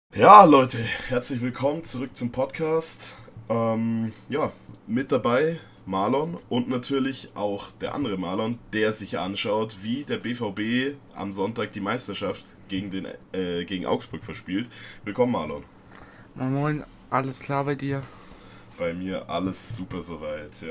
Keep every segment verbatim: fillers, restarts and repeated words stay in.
Ja, Leute, herzlich willkommen zurück zum Podcast. Ähm, ja, mit dabei Marlon und natürlich auch der andere Marlon, der sich anschaut, wie der B V B am Sonntag die Meisterschaft gegen, den, äh, gegen Augsburg verspielt. Willkommen, Marlon. Moin Moin, alles klar bei dir? Bei mir alles super soweit, ja.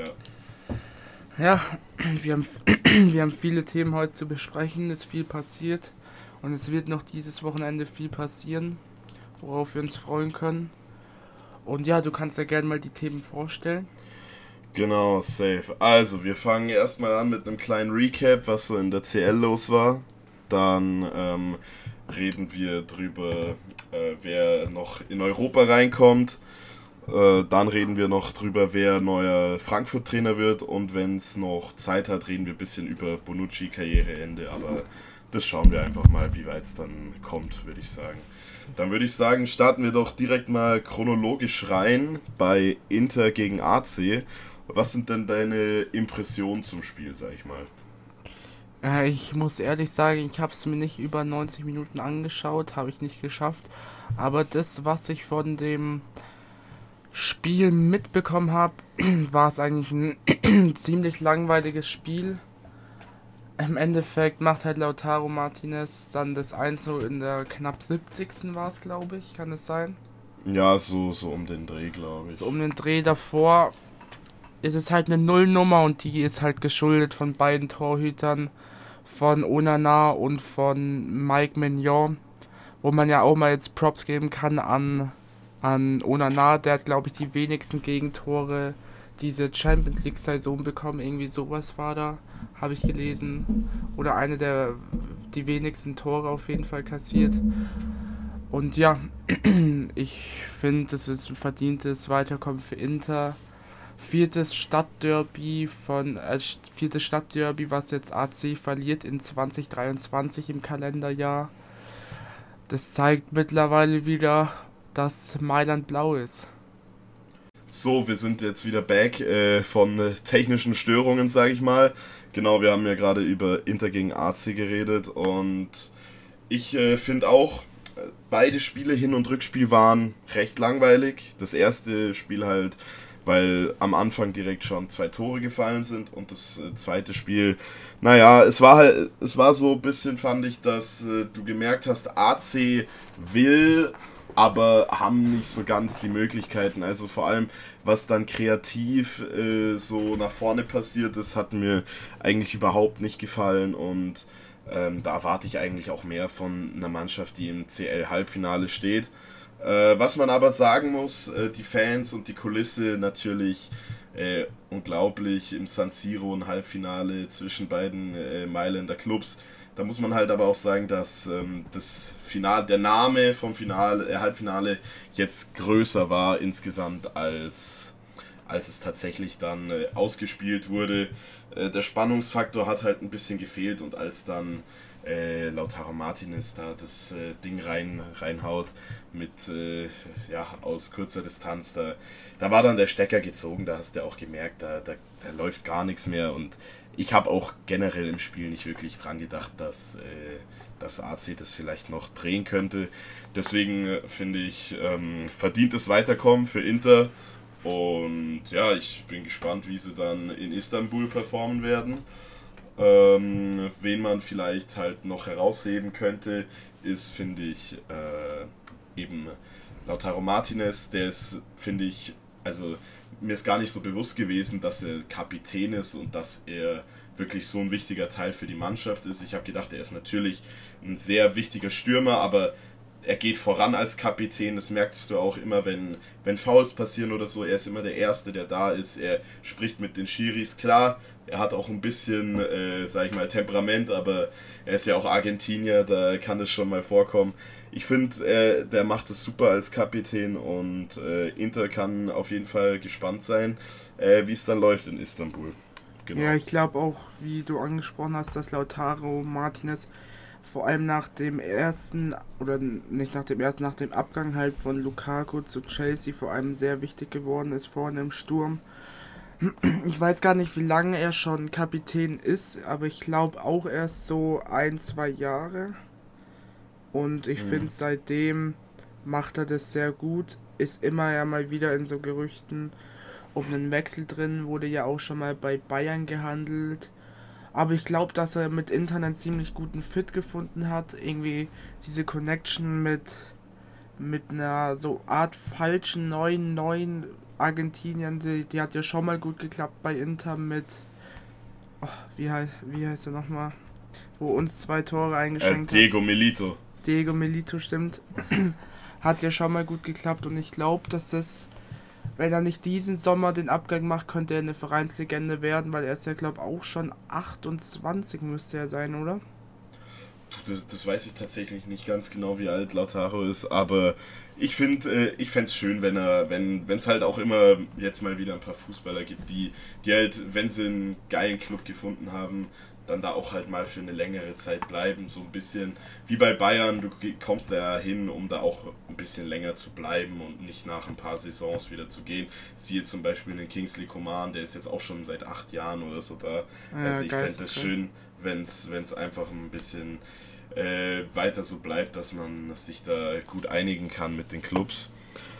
Ja, wir haben, wir haben viele Themen heute zu besprechen, es ist viel passiert und es wird noch dieses Wochenende viel passieren, worauf wir uns freuen können. Und ja, du kannst ja gerne mal die Themen vorstellen. Genau, safe. Also, wir fangen erstmal an mit einem kleinen Recap, was so in der C L los war. Dann ähm, reden wir drüber, äh, wer noch in Europa reinkommt. Äh, dann reden wir noch drüber, wer neuer Frankfurt-Trainer wird. Und wenn es noch Zeit hat, reden wir ein bisschen über Bonucci Karriereende. Aber das schauen wir einfach mal, wie weit es dann kommt, würde ich sagen. Dann würde ich sagen, starten wir doch direkt mal chronologisch rein bei Inter gegen A C. Was sind denn deine Impressionen zum Spiel, sag ich mal? Äh, ich muss ehrlich sagen, ich habe es mir nicht über neunzig Minuten angeschaut, habe ich nicht geschafft. Aber das, was ich von dem Spiel mitbekommen habe, war es eigentlich ein ziemlich langweiliges Spiel. Im Endeffekt macht halt Lautaro Martinez dann das eins null in der knapp siebzigsten war es, glaube ich, kann es sein. Ja, so, so um den Dreh, glaube So ich. um den Dreh davor ist es halt eine Nullnummer und die ist halt geschuldet von beiden Torhütern, von Onana und von Mike Maignan, wo man ja auch mal jetzt Props geben kann an, an Onana, der hat, glaube ich, die wenigsten Gegentore diese Champions League Saison bekommen, irgendwie sowas war da, habe ich gelesen. Oder eine der die wenigsten Tore auf jeden Fall kassiert. Und ja, ich finde, es ist ein verdientes Weiterkommen für Inter. Viertes Stadtderby von äh, viertes Stadtderby, was jetzt A C verliert in zwanzig dreiundzwanzig im Kalenderjahr. Das zeigt mittlerweile wieder, dass Mailand blau ist. So, wir sind jetzt wieder back äh, von äh, technischen Störungen, sage ich mal. Genau, wir haben ja gerade über Inter gegen A C geredet und ich äh, finde auch, äh, beide Spiele, Hin- und Rückspiel, waren recht langweilig. Das erste Spiel halt, weil am Anfang direkt schon zwei Tore gefallen sind und das äh, zweite Spiel, naja, es war halt, es war so ein bisschen, fand ich, dass äh, du gemerkt hast, A C will, aber haben nicht so ganz die Möglichkeiten. Also vor allem, was dann kreativ äh, so nach vorne passiert ist, hat mir eigentlich überhaupt nicht gefallen und ähm, da erwarte ich eigentlich auch mehr von einer Mannschaft, die im C L-Halbfinale steht. Äh, was man aber sagen muss, äh, die Fans und die Kulisse natürlich äh, unglaublich im San Siro ein Halbfinale zwischen beiden äh, Mailänder Clubs. Da muss man halt aber auch sagen, dass ähm, das Finale, der Name vom Finale, äh, Halbfinale jetzt größer war insgesamt als, als es tatsächlich dann äh, ausgespielt wurde. Äh, der Spannungsfaktor hat halt ein bisschen gefehlt und als dann äh, Lautaro Martinez da das äh, Ding rein, reinhaut mit äh, ja, aus kurzer Distanz, da, da war dann der Stecker gezogen, da hast du auch gemerkt, da, da, da läuft gar nichts mehr und ich habe auch generell im Spiel nicht wirklich dran gedacht, dass, äh, dass A C das vielleicht noch drehen könnte. Deswegen äh, finde ich, ähm, verdient es Weiterkommen für Inter. Und ja, ich bin gespannt, wie sie dann in Istanbul performen werden. Ähm, wen man vielleicht halt noch herausheben könnte, ist, finde ich, äh, eben Lautaro Martinez. Der ist, finde ich, also mir ist gar nicht so bewusst gewesen, dass er Kapitän ist und dass er wirklich so ein wichtiger Teil für die Mannschaft ist. Ich habe gedacht, er ist natürlich ein sehr wichtiger Stürmer, aber er geht voran als Kapitän, das merkst du auch immer, wenn, wenn Fouls passieren oder so, er ist immer der Erste, der da ist, er spricht mit den Schiris, klar, er hat auch ein bisschen, äh, sag ich mal, Temperament, aber er ist ja auch Argentinier, da kann es schon mal vorkommen. Ich finde, äh, der macht es super als Kapitän und äh, Inter kann auf jeden Fall gespannt sein, äh, wie es dann läuft in Istanbul. Ja, Genau. ich glaube auch, wie du angesprochen hast, dass Lautaro Martinez vor allem nach dem ersten, oder nicht nach dem ersten, nach dem Abgang halt von Lukaku zu Chelsea vor allem sehr wichtig geworden ist vorne im Sturm. Ich weiß gar nicht, wie lange er schon Kapitän ist, aber ich glaube auch erst so ein, zwei Jahre. Und ich Mhm. finde, seitdem macht er das sehr gut, ist immer ja mal wieder in so Gerüchten um einen Wechsel drin, wurde ja auch schon mal bei Bayern gehandelt. Aber ich glaube, dass er mit Inter einen ziemlich guten Fit gefunden hat. Irgendwie diese Connection mit, mit einer so Art falschen neuen, neuen Argentinien, die, die hat ja schon mal gut geklappt bei Inter mit, oh, wie, heißt, wie heißt er nochmal, wo uns zwei Tore Äh, eingeschenkt Diego hat. Milito. Diego Milito, stimmt. Hat ja schon mal gut geklappt und ich glaube, dass das, wenn er nicht diesen Sommer den Abgang macht, könnte er eine Vereinslegende werden, weil er ist ja, glaube ich, auch schon achtundzwanzig müsste er sein, oder? Du, Das, das weiß ich tatsächlich nicht ganz genau, wie alt Lautaro ist, aber ich finde, äh, ich fände es schön, wenn er, wenn es halt auch immer jetzt mal wieder ein paar Fußballer gibt, die, die halt, wenn sie einen geilen Club gefunden haben, dann da auch halt mal für eine längere Zeit bleiben. So ein bisschen wie bei Bayern, du kommst da ja hin, um da auch ein bisschen länger zu bleiben und nicht nach ein paar Saisons wieder zu gehen. Siehe zum Beispiel den Kingsley Coman, der ist jetzt auch schon seit acht Jahren oder so da. Ja, Also ich fände es geisteskrank. schön, wenn es einfach ein bisschen äh, weiter so bleibt, dass man sich da gut einigen kann mit den Clubs.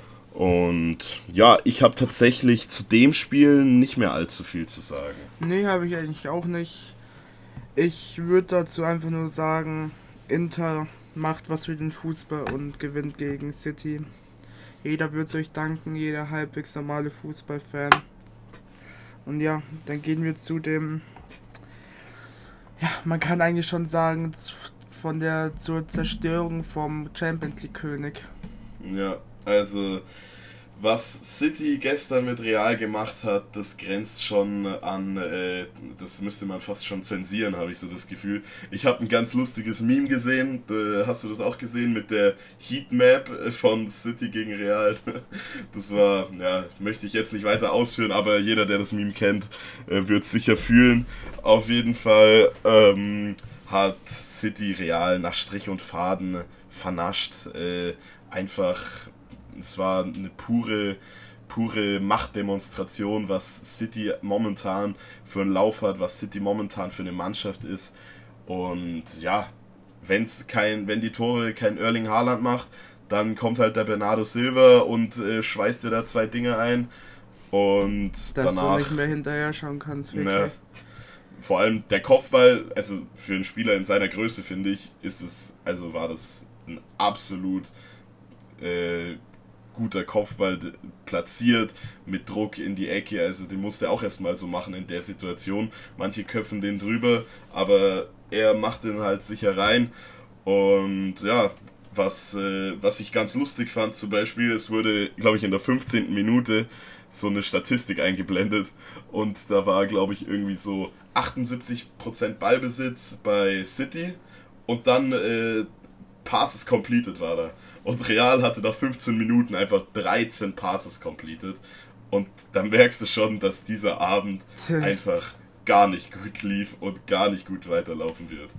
Und ja, ich habe tatsächlich zu dem Spiel nicht mehr allzu viel zu sagen. Nee, habe ich eigentlich auch nicht. Ich würde dazu einfach nur sagen, Inter macht was für den Fußball und gewinnt gegen City. Jeder wird es euch danken, jeder halbwegs normale Fußballfan. Und ja, dann gehen wir zu dem, ja, man kann eigentlich schon sagen, von der zur Zerstörung vom Champions League König. Ja, also was City gestern mit Real gemacht hat, das grenzt schon an, äh, das müsste man fast schon zensieren, habe ich so das Gefühl. Ich habe ein ganz lustiges Meme gesehen, äh, hast du das auch gesehen, mit der Heatmap von City gegen Real. Das war, ja, möchte ich jetzt nicht weiter ausführen, aber jeder, der das Meme kennt, äh, wird es sicher fühlen. Auf jeden Fall ähm, hat City Real nach Strich und Faden vernascht, äh, einfach. Es war eine pure, pure Machtdemonstration, was City momentan für einen Lauf hat, was City momentan für eine Mannschaft ist. Und ja, wenn's kein, wenn die Tore kein Erling Haaland macht, dann kommt halt der Bernardo Silva und äh, schweißt dir da zwei Dinge ein. Und Dass danach, du nicht mehr hinterher schauen kannst, wirklich. ne, vor allem der Kopfball, also für einen Spieler in seiner Größe, finde ich, ist es, also war das ein absolut äh, guter Kopfball platziert, mit Druck in die Ecke, also den musste er auch erstmal so machen in der Situation. Manche köpfen den drüber, aber er macht den halt sicher rein. Und ja, was, äh, was ich ganz lustig fand zum Beispiel, es wurde, glaube ich, in der fünfzehnten Minute so eine Statistik eingeblendet und da war, glaube ich, irgendwie so achtundsiebzig Prozent Ballbesitz bei City und dann äh, Passes completed war da. Und Real hatte nach fünfzehn Minuten einfach dreizehn Passes completed. Und dann merkst du schon, dass dieser Abend einfach gar nicht gut lief und gar nicht gut weiterlaufen wird.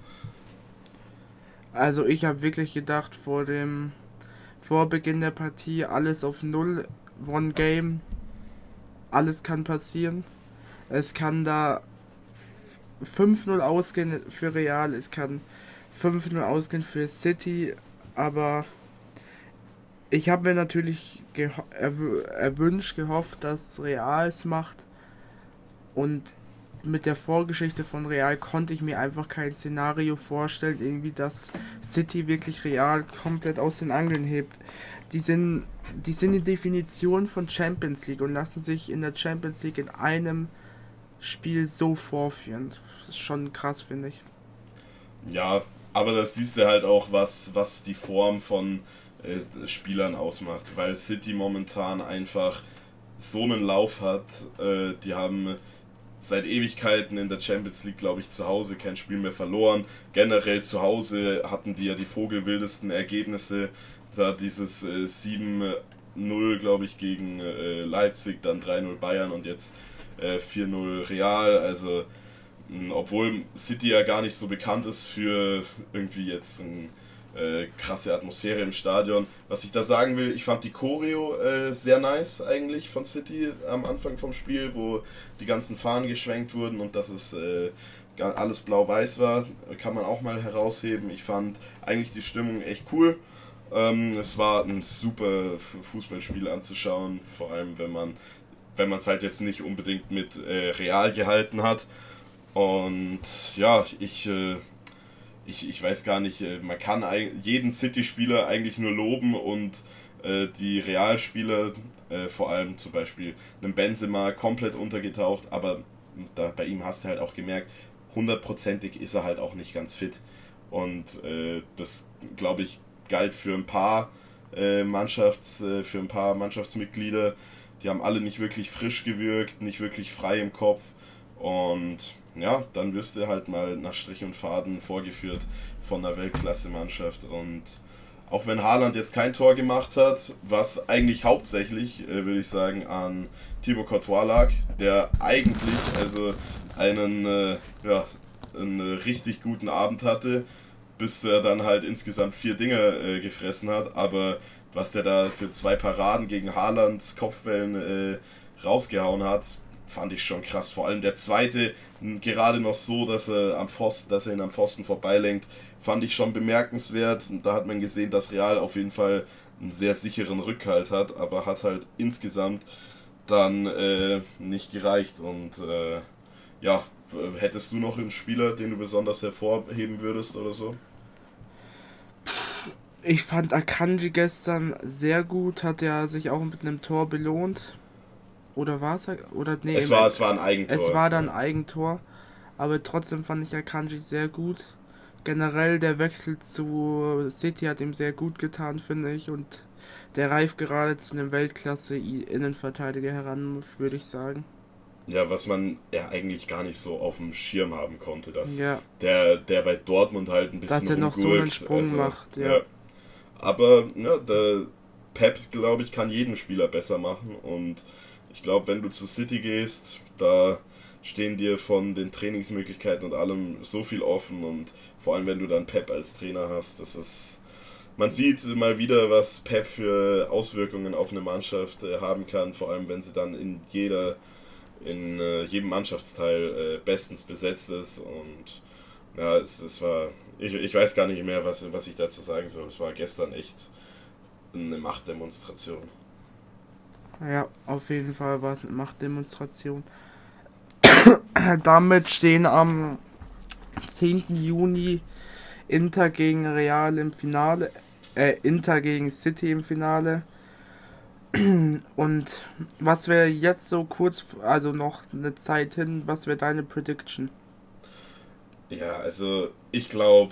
Also ich habe wirklich gedacht, vor dem vor Beginn der Partie alles auf Null, One Game, alles kann passieren. Es kann da fünf null ausgehen für Real, es kann fünf null ausgehen für City, aber ich habe mir natürlich geho- erw- erwünscht, gehofft, dass Real es macht. Und mit der Vorgeschichte von Real konnte ich mir einfach kein Szenario vorstellen, irgendwie, dass City wirklich Real komplett aus den Angeln hebt. Die sind, die sind die Definition von Champions League und lassen sich in der Champions League in einem Spiel so vorführen. Das ist schon krass, finde ich. Ja, aber das siehst du halt auch, was, was die Form von äh, Spielern ausmacht, weil City momentan einfach so einen Lauf hat. Äh, die haben seit Ewigkeiten in der Champions League, glaube ich, zu Hause kein Spiel mehr verloren. Generell zu Hause hatten die ja die vogelwildesten Ergebnisse. Da dieses äh, sieben null, glaube ich, gegen äh, Leipzig, dann drei null Bayern und jetzt äh, vier null Real. Also, mh, obwohl City ja gar nicht so bekannt ist für irgendwie jetzt eine äh, krasse Atmosphäre im Stadion. Was ich da sagen will, ich fand die Choreo äh, sehr nice eigentlich von City am Anfang vom Spiel, wo die ganzen Fahnen geschwenkt wurden und dass es äh, alles blau-weiß war, kann man auch mal herausheben. Ich fand eigentlich die Stimmung echt cool. Ähm, es war ein super Fußballspiel anzuschauen, vor allem wenn man wenn man es halt jetzt nicht unbedingt mit äh, Real gehalten hat. Und ja, ich, äh, ich, ich weiß gar nicht, äh, man kann jeden City-Spieler eigentlich nur loben und äh, die Realspieler, äh, vor allem zum Beispiel einem Benzema, komplett untergetaucht, aber da, bei ihm hast du halt auch gemerkt, hundertprozentig ist er halt auch nicht ganz fit. Und äh, das, glaube ich, galt für ein paar äh, Mannschafts, äh, für ein paar Mannschaftsmitglieder. Die haben alle nicht wirklich frisch gewirkt, nicht wirklich frei im Kopf. Und ja, dann wirst du halt mal nach Strich und Faden vorgeführt von einer Weltklasse-Mannschaft. Und auch wenn Haaland jetzt kein Tor gemacht hat, was eigentlich hauptsächlich, äh, würde ich sagen, an Thibaut Courtois lag, der eigentlich also einen, äh, ja, einen richtig guten Abend hatte, bis er dann halt insgesamt vier Dinger äh, gefressen hat. Aber was der da für zwei Paraden gegen Haalands Kopfbällen äh, rausgehauen hat, fand ich schon krass. Vor allem der zweite, gerade noch so, dass er am Pfosten, dass er ihn am Pfosten vorbeilenkt, fand ich schon bemerkenswert. Und da hat man gesehen, dass Real auf jeden Fall einen sehr sicheren Rückhalt hat, aber hat halt insgesamt dann äh, nicht gereicht. Und äh, ja, hättest du noch einen Spieler, den du besonders hervorheben würdest oder so? Ich fand Akanji gestern sehr gut, hat er sich auch mit einem Tor belohnt. Oder war es? Oder nee, es war, es war ein Eigentor. Es war dann ein Eigentor, aber trotzdem fand ich Akanji sehr gut. Generell der Wechsel zu City hat ihm sehr gut getan, finde ich, und der reift gerade zu einem Weltklasse-Innenverteidiger heran, würde ich sagen. Ja, was man ja eigentlich gar nicht so auf dem Schirm haben konnte, dass ja. der, der bei Dortmund halt ein bisschen dass er noch so einen Sprung also, macht, ja. ja. Aber ja, der Pep, glaube ich, kann jeden Spieler besser machen und ich glaube, wenn du zu City gehst, da stehen dir von den Trainingsmöglichkeiten und allem so viel offen und vor allem, wenn du dann Pep als Trainer hast, das ist, man sieht mal wieder, was Pep für Auswirkungen auf eine Mannschaft äh, haben kann, vor allem, wenn sie dann in jeder, in äh, jedem Mannschaftsteil äh, bestens besetzt ist und ja, es, es war, ich, ich weiß gar nicht mehr, was, was ich dazu sagen soll, es war gestern echt eine Machtdemonstration. Ja, auf jeden Fall war es eine Machtdemonstration. Damit stehen am zehnten Juni Inter gegen Real im Finale, äh, Inter gegen City im Finale. Und was wäre jetzt so kurz, also noch eine Zeit hin, was wäre deine Prediction? Ja, also ich glaube,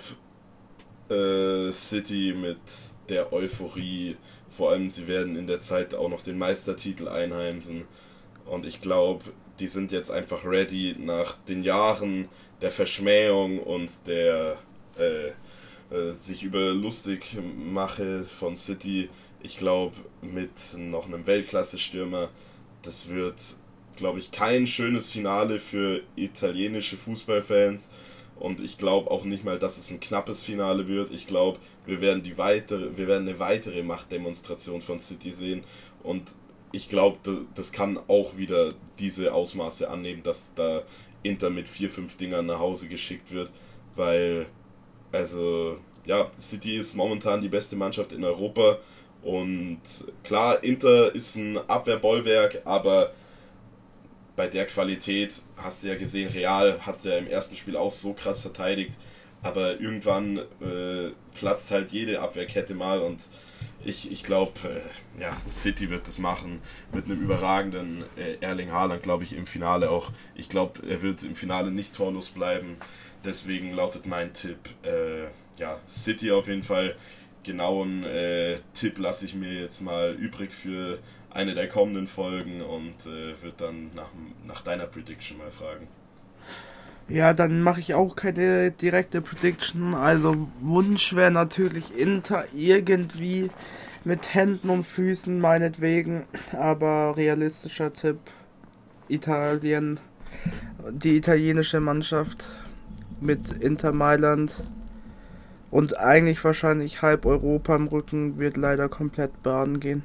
äh, City mit der Euphorie, vor allem sie werden in der Zeit auch noch den Meistertitel einheimsen und ich glaube, die sind jetzt einfach ready nach den Jahren der Verschmähung und der äh, äh, sich über lustig mache von City. Ich glaube, mit noch einem Weltklasse-Stürmer, das wird, glaube ich, kein schönes Finale für italienische Fußballfans. Und ich glaube auch nicht mal, dass es ein knappes Finale wird. Ich glaube, wir werden die weitere, wir werden eine weitere Machtdemonstration von City sehen. Und ich glaube, das kann auch wieder diese Ausmaße annehmen, dass da Inter mit vier, fünf Dingern nach Hause geschickt wird. Weil, also, ja, City ist momentan die beste Mannschaft in Europa. Und klar, Inter ist ein Abwehrbollwerk, aber bei der Qualität hast du ja gesehen, Real hat ja im ersten Spiel auch so krass verteidigt, aber irgendwann äh, platzt halt jede Abwehrkette mal und ich, ich glaube, äh, ja, City wird das machen mit einem überragenden äh, Erling Haaland, glaube ich, im Finale auch. Ich glaube, er wird im Finale nicht torlos bleiben, deswegen lautet mein Tipp, äh, ja, City auf jeden Fall. Genauen äh, Tipp lasse ich mir jetzt mal übrig für eine der kommenden Folgen und äh, wird dann nach, nach deiner Prediction mal fragen. Ja, dann mache ich auch keine direkte Prediction. Also Wunsch wäre natürlich Inter irgendwie mit Händen und Füßen meinetwegen, aber realistischer Tipp Italien, die italienische Mannschaft mit Inter Mailand und eigentlich wahrscheinlich halb Europa im Rücken wird leider komplett baden gehen.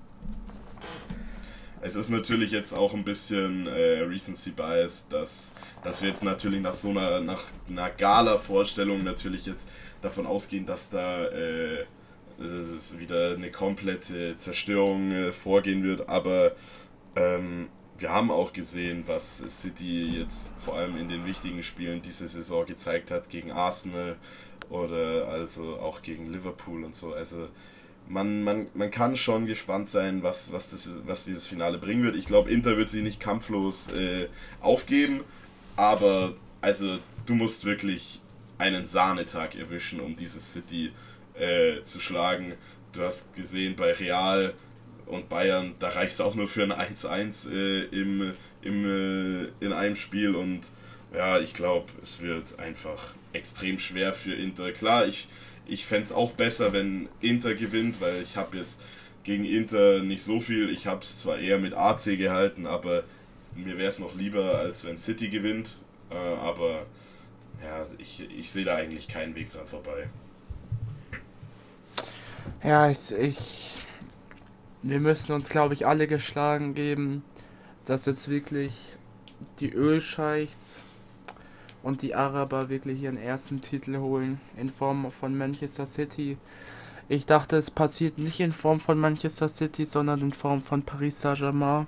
Es ist natürlich jetzt auch ein bisschen äh, Recency Bias, dass, dass wir jetzt natürlich nach so einer, nach einer Gala-Vorstellung natürlich jetzt davon ausgehen, dass da äh, es wieder eine komplette Zerstörung äh, vorgehen wird, aber ähm, wir haben auch gesehen, was City jetzt vor allem in den wichtigen Spielen diese Saison gezeigt hat, gegen Arsenal oder also auch gegen Liverpool und so. Also man, man, man kann schon gespannt sein, was, was, das, was dieses Finale bringen wird. Ich glaube, Inter wird sie nicht kampflos äh, aufgeben, aber also du musst wirklich einen Sahnetag erwischen, um dieses City äh, zu schlagen. Du hast gesehen bei Real und Bayern, da reicht es auch nur für ein eins eins äh, im, im, äh, in einem Spiel und ja, ich glaube, es wird einfach extrem schwer für Inter. Klar, ich, ich fände es auch besser, wenn Inter gewinnt, weil ich habe jetzt gegen Inter nicht so viel, ich habe es zwar eher mit A C gehalten, aber mir wäre es noch lieber, als wenn City gewinnt, äh, aber ja, ich, ich sehe da eigentlich keinen Weg dran vorbei. Ja, ich, ich wir müssen uns, glaube ich, alle geschlagen geben, dass jetzt wirklich die Ölscheichs und die Araber wirklich ihren ersten Titel holen in Form von Manchester City. Ich dachte, es passiert nicht in Form von Manchester City, sondern in Form von Paris Saint-Germain.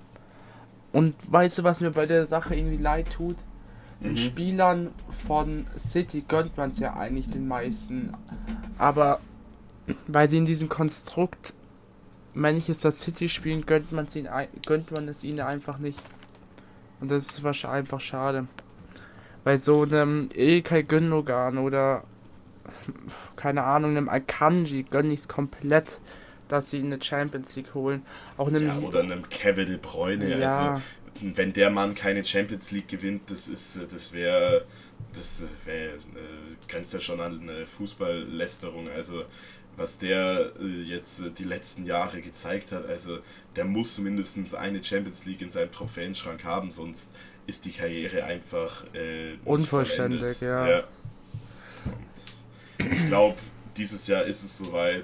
Und weißt du, was mir bei der Sache irgendwie leid tut? Den Mhm. Spielern von City gönnt man es ja eigentlich den meisten. Aber weil sie in diesem Konstrukt Manchester City spielen, gönnt man es ihnen, gönnt man es ihnen einfach nicht. Und das ist wahrscheinlich einfach schade. Bei so einem Ilkay Gündogan oder keine Ahnung, einem Akanji gönne ich es komplett, dass sie eine Champions League holen. Auch einem Ja, oder einem Kevin De Bruyne. Ja. Also, wenn der Mann keine Champions League gewinnt, das ist, das wäre, das wäre, äh, grenzt ja schon an eine Fußballlästerung. Also, was der äh, jetzt äh, die letzten Jahre gezeigt hat, also, der muss mindestens eine Champions League in seinem Trophäenschrank haben, sonst ist die Karriere einfach äh, nicht unvollständig, vollendet. ja. ja. Und ich glaube, dieses Jahr ist es soweit.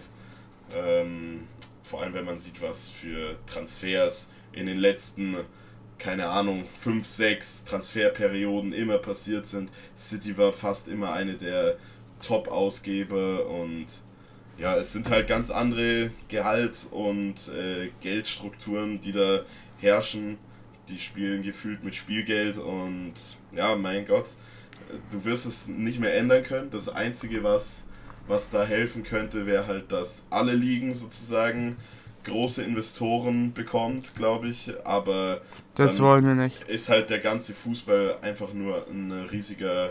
Ähm, vor allem, wenn man sieht, was für Transfers in den letzten, keine Ahnung, fünf, sechs Transferperioden immer passiert sind. City war fast immer eine der Top-Ausgeber und ja, es sind halt ganz andere Gehalts- und äh, Geldstrukturen, die da herrschen. Die spielen gefühlt mit Spielgeld und ja, mein Gott, du wirst es nicht mehr ändern können. Das Einzige, was, was da helfen könnte, wäre halt, dass alle Ligen sozusagen große Investoren bekommt, glaube ich, aber Das dann wollen wir nicht. ist halt der ganze Fußball einfach nur ein riesiger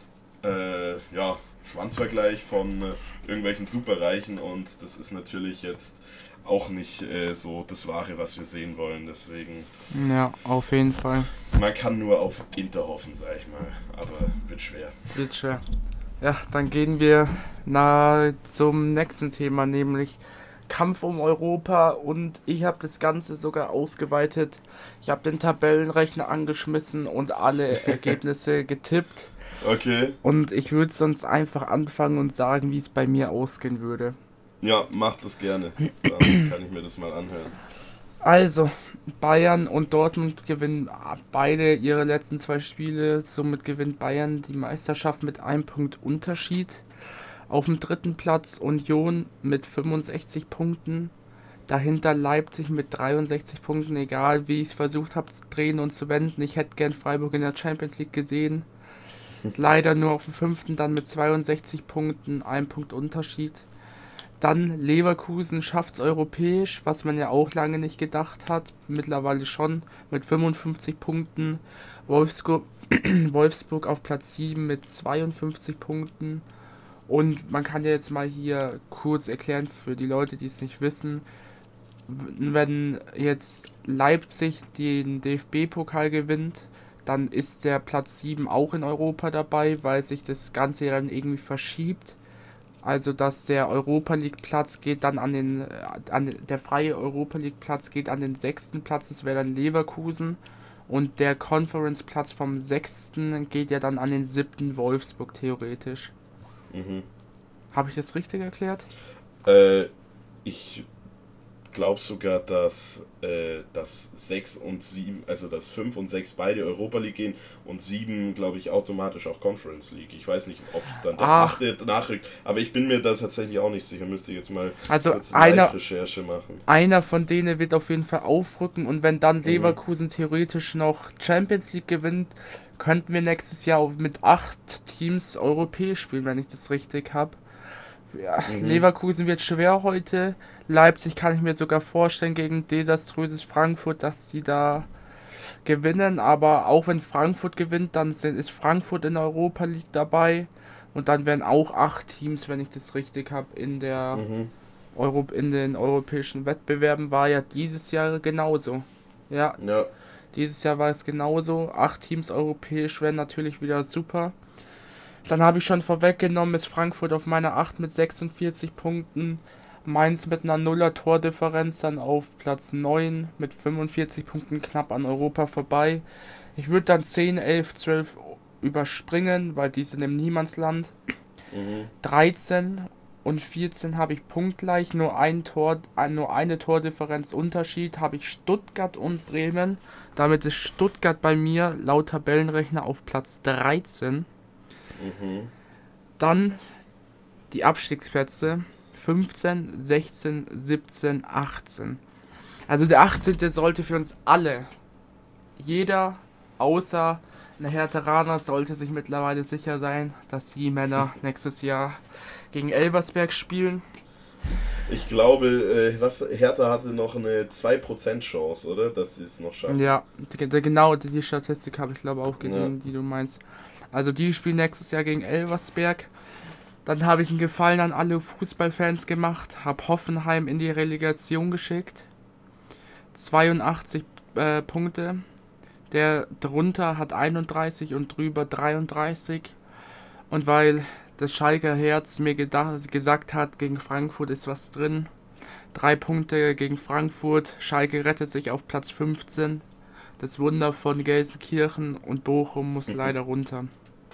äh, ja, Schwanzvergleich von äh, irgendwelchen Superreichen und das ist natürlich jetzt auch nicht äh, so das Wahre, was wir sehen wollen, deswegen Ja, auf jeden Fall. man kann nur auf Inter hoffen, sag ich mal, aber wird schwer. Wird schwer. Ja, dann gehen wir nahe zum nächsten Thema, nämlich Kampf um Europa und ich habe das Ganze sogar ausgeweitet. Ich habe den Tabellenrechner angeschmissen und alle Ergebnisse getippt. Okay. Und ich würde sonst einfach anfangen und sagen, wie es bei mir ausgehen würde. Ja, mach das gerne. Dann kann ich mir das mal anhören. Also, Bayern und Dortmund gewinnen beide ihre letzten zwei Spiele. Somit gewinnt Bayern die Meisterschaft mit einem Punkt Unterschied. Auf dem dritten Platz Union mit fünfundsechzig Punkten. Dahinter Leipzig mit dreiundsechzig Punkten. Egal wie ich es versucht habe zu drehen und zu wenden. Ich hätte gern Freiburg in der Champions League gesehen. Leider nur auf dem fünften dann mit zweiundsechzig Punkten. Ein Punkt Unterschied. Dann Leverkusen schafft es europäisch, was man ja auch lange nicht gedacht hat. Mittlerweile schon mit fünfundfünfzig Punkten. Wolfsburg, Wolfsburg auf Platz sieben mit zweiundfünfzig Punkten. Und man kann ja jetzt mal hier kurz erklären für die Leute, die es nicht wissen. Wenn jetzt Leipzig den D F B-Pokal gewinnt, dann ist der Platz sieben auch in Europa dabei, weil sich das Ganze dann irgendwie verschiebt. Also dass der Europa League Platz geht dann an den, an der freie Europa League Platz geht an den sechsten Platz, das wäre dann Leverkusen. Und der Conference Platz vom sechsten geht ja dann an den siebten Wolfsburg theoretisch. Mhm. Habe ich das richtig erklärt? Äh, ich glaube sogar, dass, äh, dass sechs und sieben, also dass fünf und sechs beide Europa League gehen und sieben, glaube ich, automatisch auch Conference League. Ich weiß nicht, ob dann der Ah. achte nachrückt, aber ich bin mir da tatsächlich auch nicht sicher. Müsste ich jetzt mal Also kurz eine einer, Live-Recherche machen. einer von denen wird auf jeden Fall aufrücken und wenn dann Mhm. Leverkusen theoretisch noch Champions League gewinnt, könnten wir nächstes Jahr auch mit acht Teams europäisch spielen, wenn ich das richtig habe. Ja, Mhm. Leverkusen wird schwer heute. Leipzig kann ich mir sogar vorstellen gegen desaströses Frankfurt, dass sie da gewinnen. Aber auch wenn Frankfurt gewinnt, dann sind, ist Frankfurt in der Europa League dabei. Und dann werden auch acht Teams, wenn ich das richtig habe, in der Mhm. Euro, in den europäischen Wettbewerben. War ja dieses Jahr genauso. Ja, Ja. dieses Jahr war es genauso. Acht Teams europäisch wären natürlich wieder super. Dann habe ich schon vorweggenommen, ist Frankfurt auf meiner acht mit sechsundvierzig Punkten. Mainz mit einer Nuller Tordifferenz dann auf Platz neun mit fünfundvierzig Punkten knapp an Europa vorbei. Ich würde dann zehn, elf, zwölf überspringen, weil die sind im Niemandsland. Mhm. dreizehn und vierzehn habe ich punktgleich, nur ein Tor, nur eine Tordifferenz Unterschied habe ich Stuttgart und Bremen. Damit ist Stuttgart bei mir laut Tabellenrechner auf Platz dreizehn. Mhm. Dann die Abstiegsplätze fünfzehn, sechzehn, siebzehn, achtzehn. Also der achtzehnte sollte für uns alle, jeder außer eine Hertheraner sollte sich mittlerweile sicher sein, dass die Männer nächstes Jahr gegen Elversberg spielen. Ich glaube, äh, was Hertha hatte noch eine zwei Prozent Chance, oder? Dass sie es noch schaffen. Ja, die, die, genau die Statistik habe ich glaube auch gesehen, Ja. die du meinst. Also die spielen nächstes Jahr gegen Elversberg. Dann habe ich einen Gefallen an alle Fußballfans gemacht, habe Hoffenheim in die Relegation geschickt. zweiundachtzig äh, Punkte. Der drunter hat einunddreißig und drüber dreiunddreißig. Und weil das Schalker Herz mir gedacht, gesagt hat, gegen Frankfurt ist was drin. Drei Punkte gegen Frankfurt. Schalke rettet sich auf Platz fünfzehn. Das Wunder von Gelsenkirchen und Bochum muss leider runter.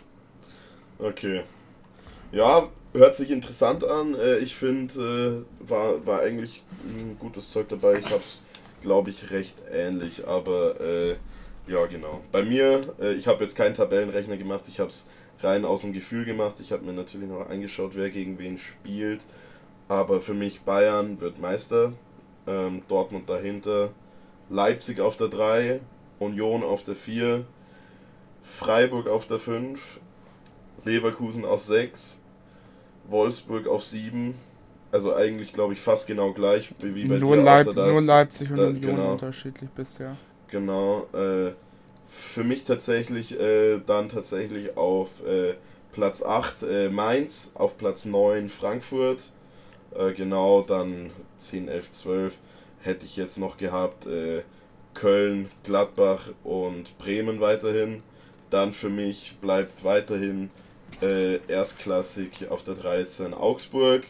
Okay. Ja, hört sich interessant an. Äh, Ich finde, äh, war, war eigentlich ein gutes Zeug dabei. Ich habe es, glaube ich, recht ähnlich. Aber äh, ja, genau. Bei mir, äh, ich habe jetzt keinen Tabellenrechner gemacht. Ich habe es rein aus dem Gefühl gemacht. Ich habe mir natürlich noch angeschaut, wer gegen wen spielt. Aber für mich Bayern wird Meister. Ähm, Dortmund dahinter. Leipzig auf der drei. Union auf der vier. Freiburg auf der fünf. Leverkusen auf sechs, Wolfsburg auf sieben, also eigentlich glaube ich fast genau gleich wie bei nur, dir, Leip außer dass, nur Leipzig und da, Union genau, unterschiedlich bisher. Genau, äh, für mich tatsächlich äh, dann tatsächlich auf äh, Platz acht äh, Mainz, auf Platz neun Frankfurt, äh, genau, dann zehn, elf, zwölf hätte ich jetzt noch gehabt, äh, Köln, Gladbach und Bremen weiterhin. Dann für mich bleibt weiterhin äh, erstklassig auf der dreizehn Augsburg.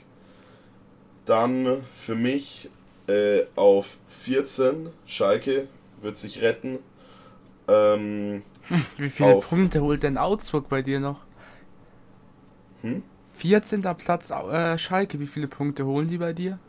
Dann für mich äh, auf vierzehn Schalke wird sich retten. Ähm, Wie viele auf, Punkte holt denn Augsburg bei dir noch? hm? vierzehnter Platz äh, Schalke, wie viele Punkte holen die bei dir?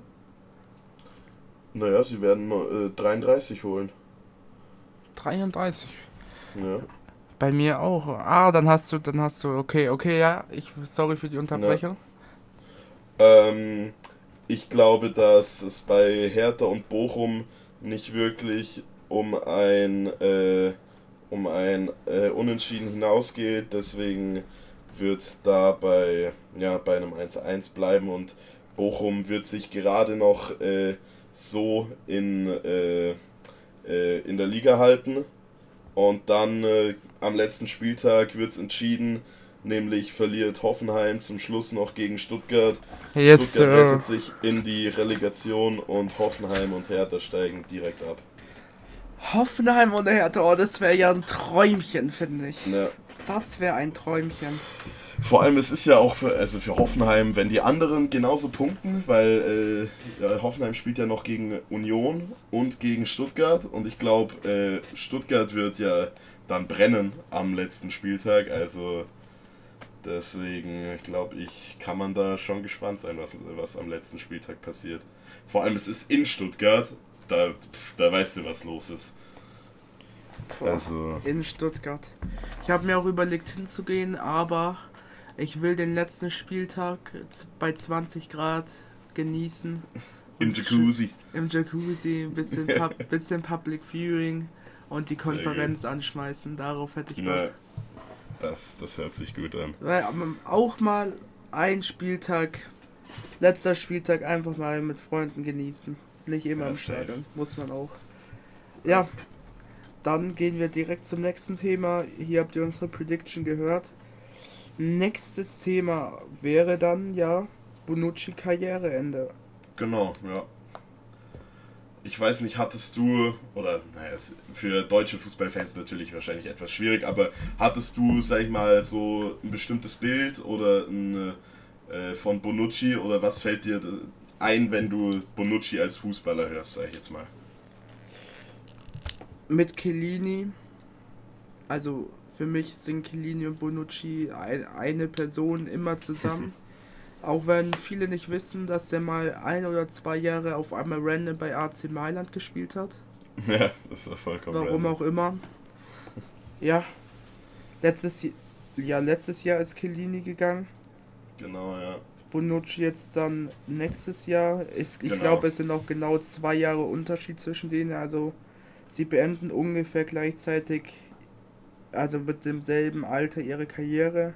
Naja, sie werden äh, dreiunddreißig holen. dreiunddreißig. Ja. Bei mir auch. Ah, dann hast du, dann hast du, okay, okay, ja, ich, sorry für die Unterbrechung. Ähm, ich glaube, dass es bei Hertha und Bochum nicht wirklich um ein, äh, um ein äh, Unentschieden hinausgeht, deswegen wird es da bei, ja, bei einem eins zu eins bleiben und Bochum wird sich gerade noch äh, so in, äh, äh, in der Liga halten und dann äh, am letzten Spieltag wird es entschieden, nämlich verliert Hoffenheim zum Schluss noch gegen Stuttgart. Yes, Stuttgart sir. rettet sich in die Relegation und Hoffenheim und Hertha steigen direkt ab. Hoffenheim und Hertha, oh, das wäre ja ein Träumchen, finde ich. Ja. Das wäre ein Träumchen. Vor allem, es ist ja auch für, also für Hoffenheim, wenn die anderen genauso punkten, weil äh, ja, Hoffenheim spielt ja noch gegen Union und gegen Stuttgart und ich glaube, äh, Stuttgart wird ja dann brennen am letzten Spieltag, also Deswegen glaube ich, kann man da schon gespannt sein, was, was am letzten Spieltag passiert. Vor allem, es ist in Stuttgart, da, da weißt du, was los ist. Boah, also. In Stuttgart. Ich habe mir auch überlegt hinzugehen, aber ich will den letzten Spieltag bei zwanzig Grad genießen. Im Jacuzzi. Im Jacuzzi, ein bisschen, Pub, bisschen Public Viewing und die Konferenz anschmeißen. Darauf hätte ich Bock. Na, das, das hört sich gut an. Weil auch mal ein Spieltag, letzter Spieltag einfach mal mit Freunden genießen. Nicht immer ja, im Stadion, muss man auch. Ja, dann gehen wir direkt zum nächsten Thema. Hier habt ihr unsere Prediction gehört. Nächstes Thema wäre dann ja Bonucci Karriereende. Genau, ja. Ich weiß nicht, hattest du, oder naja, für deutsche Fußballfans natürlich wahrscheinlich etwas schwierig, aber hattest du, sag ich mal, so ein bestimmtes Bild oder ein, äh, von Bonucci oder was fällt dir ein, wenn du Bonucci als Fußballer hörst, sag ich jetzt mal? Mit Chiellini, also für mich sind Chiellini und Bonucci ein, eine Person immer zusammen. Auch wenn viele nicht wissen, dass er mal ein oder zwei Jahre auf einmal random bei A C Mailand gespielt hat. Ja, das war vollkommen Warum random. Auch immer. Ja, letztes, ja, letztes Jahr ist Chiellini gegangen. Genau, ja. Bonucci jetzt dann nächstes Jahr. Ich, ich genau. glaube, es sind auch genau zwei Jahre Unterschied zwischen denen. Also sie beenden ungefähr gleichzeitig, also mit demselben Alter ihre Karriere.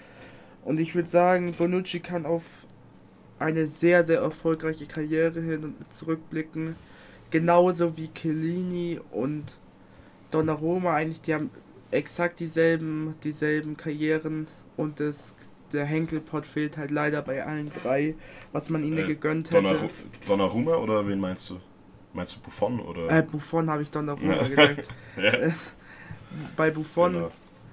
Und ich würde sagen, Bonucci kann auf eine sehr, sehr erfolgreiche Karriere hin und zurückblicken. Genauso wie Chiellini und Donnarumma eigentlich, die haben exakt dieselben, dieselben Karrieren. Und das, der Henkelpott fehlt halt leider bei allen drei, was man ihnen äh, gegönnt hätte. Donnaru- Donnarumma oder wen meinst du? Meinst du Buffon? Oder? Äh, Buffon habe ich Donnarumma gesagt. Ja. Bei Buffon, genau.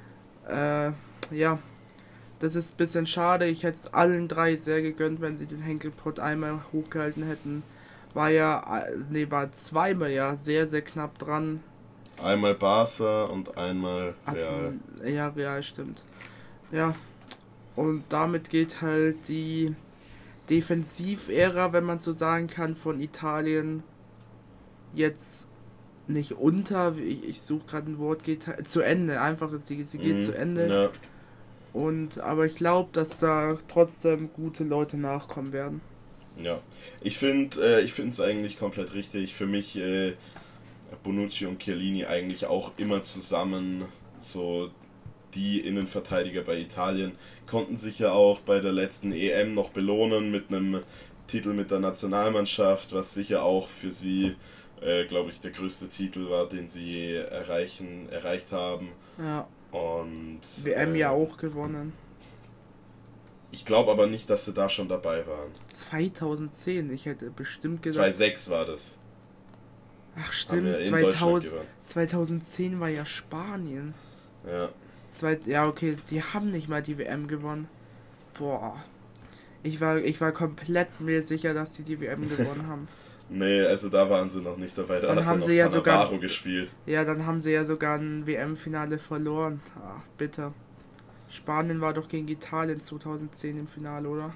äh, ja... Das ist ein bisschen schade. Ich hätte es allen drei sehr gegönnt, wenn sie den Henkelpott einmal hochgehalten hätten. War ja, nee, war zweimal ja sehr, sehr knapp dran. Einmal Barca und einmal Real. Ja, Real, stimmt. Ja, und damit geht halt die Defensivära, wenn man so sagen kann, von Italien jetzt nicht unter. Ich, ich suche gerade ein Wort, geht halt zu Ende. Einfach, sie, sie geht mhm, zu Ende. Ja. Und, aber ich glaube, dass da trotzdem gute Leute nachkommen werden. Ja, ich finde äh, ich finde es eigentlich komplett richtig. Für mich äh, Bonucci und Chiellini eigentlich auch immer zusammen so die Innenverteidiger bei Italien. Konnten sich ja auch bei der letzten E M noch belohnen mit einem Titel mit der Nationalmannschaft, was sicher auch für sie, äh, glaube ich, der größte Titel war, den sie erreichen, erreicht haben. Ja. Und W M äh, ja auch gewonnen. Ich glaube aber nicht, dass sie da schon dabei waren. zweitausendzehn, ich hätte bestimmt gesagt... zweitausendsechs war das. Ach stimmt, zweitausend, zweitausendzehn war ja Spanien. Ja. Zwei, ja okay, die haben nicht mal die W M gewonnen. Boah. Ich war, ich war komplett mir sicher, dass die die W M gewonnen haben. Nee, also da waren sie noch nicht dabei. Da dann hat haben noch sie ja sogar gespielt. Ja, dann haben sie ja sogar ein W M-Finale verloren. Ach, bitter. Spanien war doch gegen Italien zweitausendzehn im Finale, oder?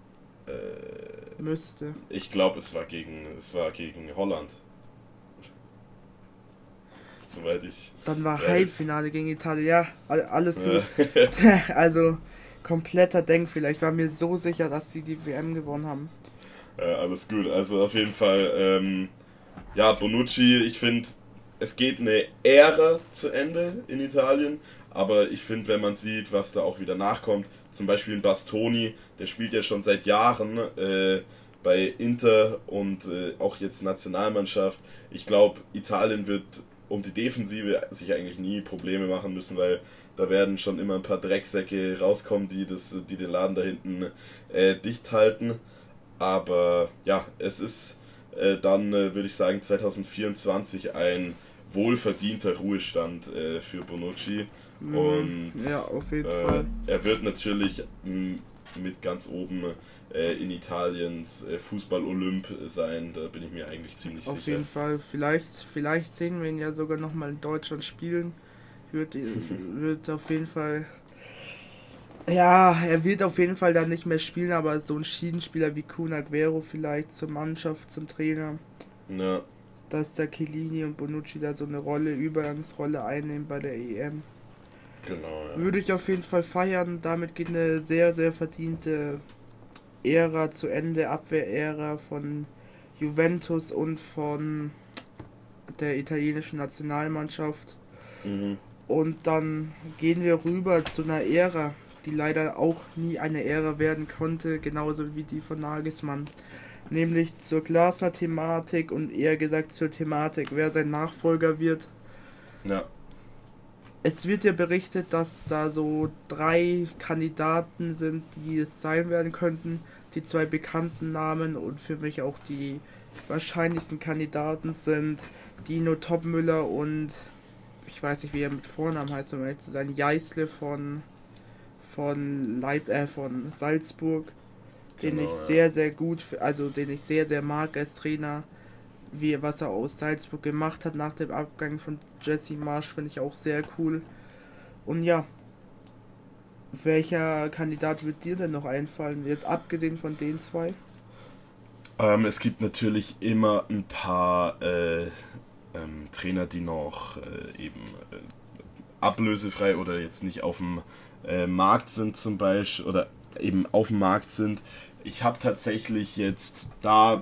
Äh, Müsste. Ich glaube, es war gegen es war gegen Holland. Soweit ich. Dann war Halbfinale gegen Italien. Ja, alles gut. Also kompletter Denkfehler. Ich war mir so sicher, dass sie die W M gewonnen haben. Äh, alles gut, also auf jeden Fall, ähm, ja, Bonucci, ich finde, es geht eine Ära zu Ende in Italien, aber ich finde, wenn man sieht, was da auch wieder nachkommt, zum Beispiel ein Bastoni, der spielt ja schon seit Jahren äh, bei Inter und äh, auch jetzt Nationalmannschaft. Ich glaube, Italien wird um die Defensive sich eigentlich nie Probleme machen müssen, weil da werden schon immer ein paar Drecksäcke rauskommen, die, das, die den Laden da hinten äh, dicht halten. Aber ja, es ist äh, dann, äh, würde ich sagen, zwanzig vierundzwanzig ein wohlverdienter Ruhestand äh, für Bonucci. Mhm. Und ja, auf jeden äh, Fall. Er wird natürlich m, mit ganz oben äh, in Italiens äh, Fußball-Olymp sein, da bin ich mir eigentlich ziemlich auf sicher. Auf jeden Fall, vielleicht, vielleicht sehen wir ihn ja sogar nochmal in Deutschland spielen. Wird, wird auf jeden Fall Ja, er wird auf jeden Fall dann nicht mehr spielen, aber so ein Schiedenspieler wie Kun Aguero vielleicht zur Mannschaft, zum Trainer, Ja, dass da Chiellini und Bonucci da so eine Rolle, Übergangsrolle einnehmen bei der E M. genau, ja. Würde ich auf jeden Fall feiern. Damit geht eine sehr, sehr verdiente Ära zu Ende, Abwehrära von Juventus und von der italienischen Nationalmannschaft. Mhm. Und dann gehen wir rüber zu einer Ära, die leider auch nie eine Ära werden konnte, genauso wie die von Nagelsmann. Nämlich zur Glasner-Thematik und eher gesagt zur Thematik, wer sein Nachfolger wird. Ja, Es wird ja berichtet, dass da so drei Kandidaten sind, die es sein werden könnten. Die zwei bekannten Namen und für mich auch die wahrscheinlichsten Kandidaten sind Dino Topmüller und ich weiß nicht, wie er mit Vornamen heißt, um ehrlich zu sein, Jeißle von von Leib äh, von Salzburg, den ich genau, ja. sehr sehr gut, also den ich sehr sehr mag als Trainer, wie was er aus Salzburg gemacht hat nach dem Abgang von Jesse Marsch, finde ich auch sehr cool. Und ja, welcher Kandidat wird dir denn noch einfallen, jetzt abgesehen von den zwei? Ähm, es gibt natürlich immer ein paar äh, ähm, Trainer, die noch äh, eben äh, ablösefrei oder jetzt nicht auf dem äh, Markt sind zum Beispiel oder eben auf dem Markt sind. Ich habe tatsächlich jetzt da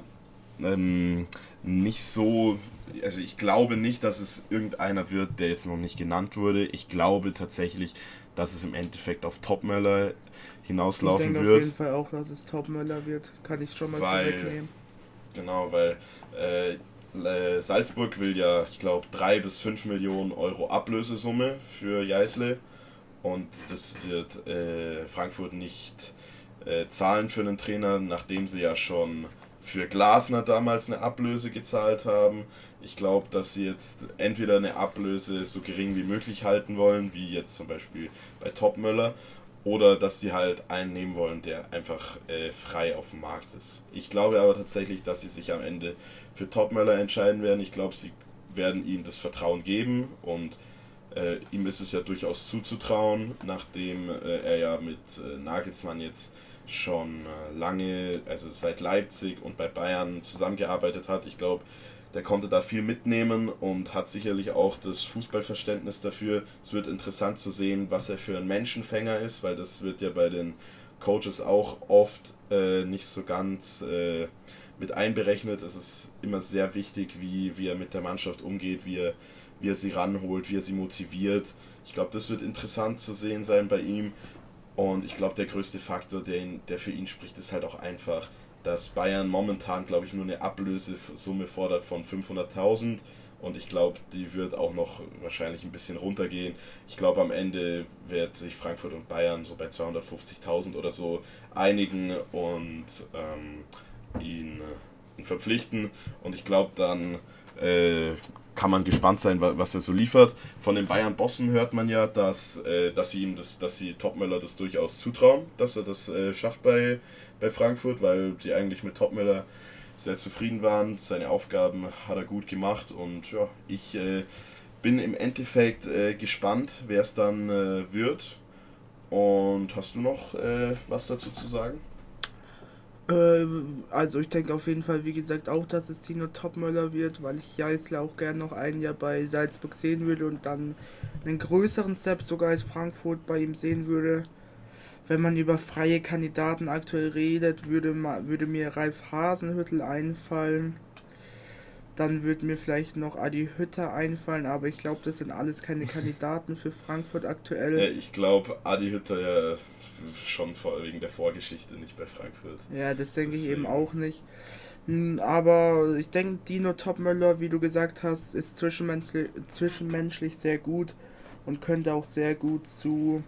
ähm, nicht so, also ich glaube nicht, dass es irgendeiner wird, der jetzt noch nicht genannt wurde. Ich glaube tatsächlich, dass es im Endeffekt auf Topmöller Ich hinauslaufen denke auf wird, jeden Fall auch, dass es Topmöller wird. Kann ich schon mal weil, vorwegnehmen. genau, weil äh, äh, Salzburg will ja, ich glaube, drei bis fünf Millionen Euro Ablösesumme für Jeißle und das wird äh, Frankfurt nicht äh, zahlen für einen Trainer, nachdem sie ja schon für Glasner damals eine Ablöse gezahlt haben. Ich glaube, dass sie jetzt entweder eine Ablöse so gering wie möglich halten wollen, wie jetzt zum Beispiel bei Topmöller, oder dass sie halt einen nehmen wollen, der einfach äh, frei auf dem Markt ist. Ich glaube aber tatsächlich, dass sie sich am Ende für Topmöller entscheiden werden. Ich glaube, sie werden ihm das Vertrauen geben und äh, ihm ist es ja durchaus zuzutrauen, nachdem äh, er ja mit äh, Nagelsmann jetzt schon äh, lange, also seit Leipzig und bei Bayern zusammengearbeitet hat. Ich glaube, der konnte da viel mitnehmen und hat sicherlich auch das Fußballverständnis dafür. Es wird interessant zu sehen, was er für ein Menschenfänger ist, weil das wird ja bei den Coaches auch oft äh, nicht so ganz äh, mit einberechnet. Es ist immer sehr wichtig, wie, wie er mit der Mannschaft umgeht, wie er, wie er sie ranholt, wie er sie motiviert. Ich glaube, das wird interessant zu sehen sein bei ihm. Und ich glaube, der größte Faktor, der, ihn, der für ihn spricht, ist halt auch einfach, dass Bayern momentan, glaube ich, nur eine Ablösesumme fordert von fünfhunderttausend. Und ich glaube, die wird auch noch wahrscheinlich ein bisschen runtergehen. Ich glaube, am Ende wird sich Frankfurt und Bayern so bei zweihundertfünfzigtausend oder so einigen und ähm, ihn, ihn verpflichten. Und ich glaube, dann äh, kann man gespannt sein, was er so liefert. Von den Bayern-Bossen hört man ja, dass, äh, dass sie ihm das, dass sie Topmöller das durchaus zutrauen, dass er das äh, schafft bei, bei Frankfurt, weil sie eigentlich mit Topmöller sehr zufrieden waren. Seine Aufgaben hat er gut gemacht und ja, ich äh, bin im Endeffekt äh, gespannt, wer es dann äh, wird. Und hast du noch äh, was dazu zu sagen? Äh, also ich denke auf jeden Fall, wie gesagt, auch, dass es Tino Topmöller wird, weil ich Jeißle auch gerne noch ein Jahr bei Salzburg sehen würde und dann einen größeren Step sogar als Frankfurt bei ihm sehen würde. Wenn man über freie Kandidaten aktuell redet, würde, ma, würde mir Ralf Hasenhüttl einfallen. Dann würde mir vielleicht noch Adi Hütter einfallen, aber ich glaube, das sind alles keine Kandidaten für Frankfurt aktuell. Ja, ich glaube, Adi Hütter ja schon vor, wegen der Vorgeschichte nicht bei Frankfurt. Ja, das denke ich eben Deswegen. auch nicht. Hm, Aber ich denke, Dino Topmöller, wie du gesagt hast, ist zwischenmenschlich, zwischenmenschlich sehr gut und könnte auch sehr gut zu,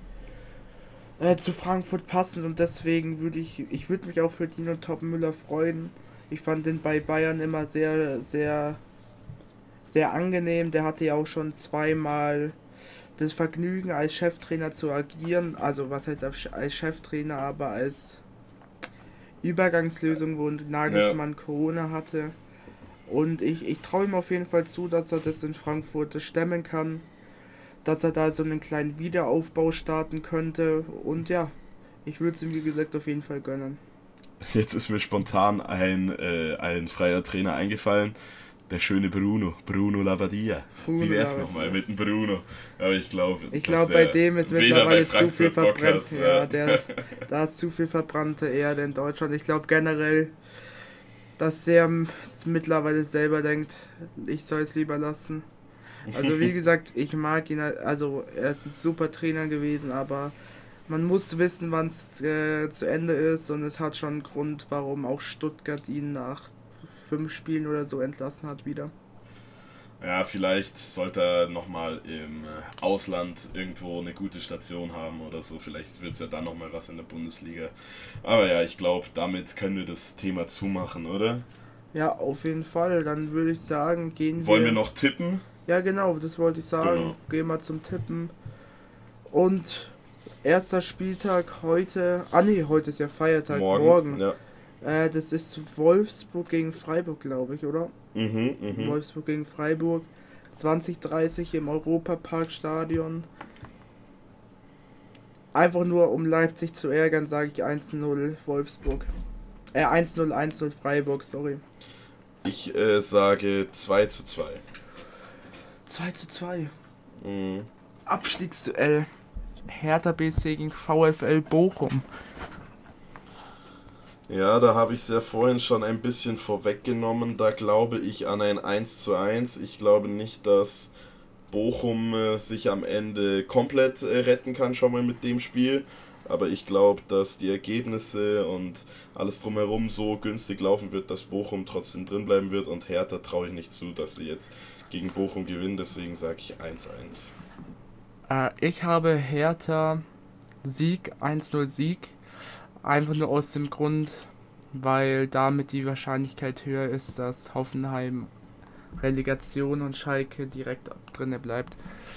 äh, zu Frankfurt passen und deswegen würde ich, ich würde mich auch für Dino Topmöller freuen. Ich fand den bei Bayern immer sehr, sehr, sehr angenehm. Der hatte ja auch schon zweimal das Vergnügen, als Cheftrainer zu agieren. Also was heißt als Cheftrainer, aber als Übergangslösung, wo Ja, Nagelsmann Corona hatte. Und ich, ich traue ihm auf jeden Fall zu, dass er das in Frankfurt stemmen kann. dass er da so einen kleinen Wiederaufbau starten könnte. Und ja, ich würde es ihm, wie gesagt, auf jeden Fall gönnen. Jetzt ist mir spontan ein, äh, ein freier Trainer eingefallen. Der schöne Bruno, Bruno Labbadia. Bruno Wie wär's Labbadia. nochmal mit dem Bruno? Aber ich glaube, Ich glaube, bei dem ist mittlerweile zu viel verbrannt. Hat, ja, ja. der, da ist zu viel verbrannte Erde in Deutschland. Ich glaube generell, dass er mittlerweile selber denkt, ich soll es lieber lassen. Also wie gesagt, ich mag ihn, also er ist ein super Trainer gewesen, aber man muss wissen, wann es äh, zu Ende ist, und es hat schon einen Grund, warum auch Stuttgart ihn nach fünf Spielen oder so entlassen hat wieder. Ja, vielleicht sollte er nochmal im Ausland irgendwo eine gute Station haben oder so. Vielleicht wird es ja dann nochmal was in der Bundesliga. Aber ja, ich glaube, damit können wir das Thema zumachen, oder? Ja, auf jeden Fall. Dann würde ich sagen, gehen wir... Wollen wir noch tippen? Ja, genau, das wollte ich sagen. Genau. Gehen wir zum Tippen. Und erster Spieltag heute... Ah nee, heute ist ja Feiertag. Morgen. Morgen. Ja. Äh, das ist Wolfsburg gegen Freiburg, glaube ich, oder? Mhm, mhm. Wolfsburg gegen Freiburg. zwanzig dreißig im Europaparkstadion. Einfach nur, um Leipzig zu ärgern, sage ich eins zu null Wolfsburg. Äh, eins zu null, eins zu null Freiburg, sorry. Ich äh, sage zwei zu zwei. zwei zu zwei. Mhm. Abstiegsduell. Hertha B S C gegen VfL Bochum. Ja, da habe ich es ja vorhin schon ein bisschen vorweggenommen. Da glaube ich an ein eins zu eins. Ich glaube nicht, dass Bochum äh, sich am Ende komplett äh, retten kann, schon mal mit dem Spiel. Aber ich glaube, dass die Ergebnisse und alles drumherum so günstig laufen wird, dass Bochum trotzdem drin bleiben wird. Und Hertha traue ich nicht zu, dass sie jetzt gegen Bochum gewinnen. Deswegen sage ich eins zu eins. Äh, ich habe Hertha Sieg, eins zu null Sieg. Einfach nur aus dem Grund, weil damit die Wahrscheinlichkeit höher ist, dass Hoffenheim Relegation und Schalke direkt drinne bleibt.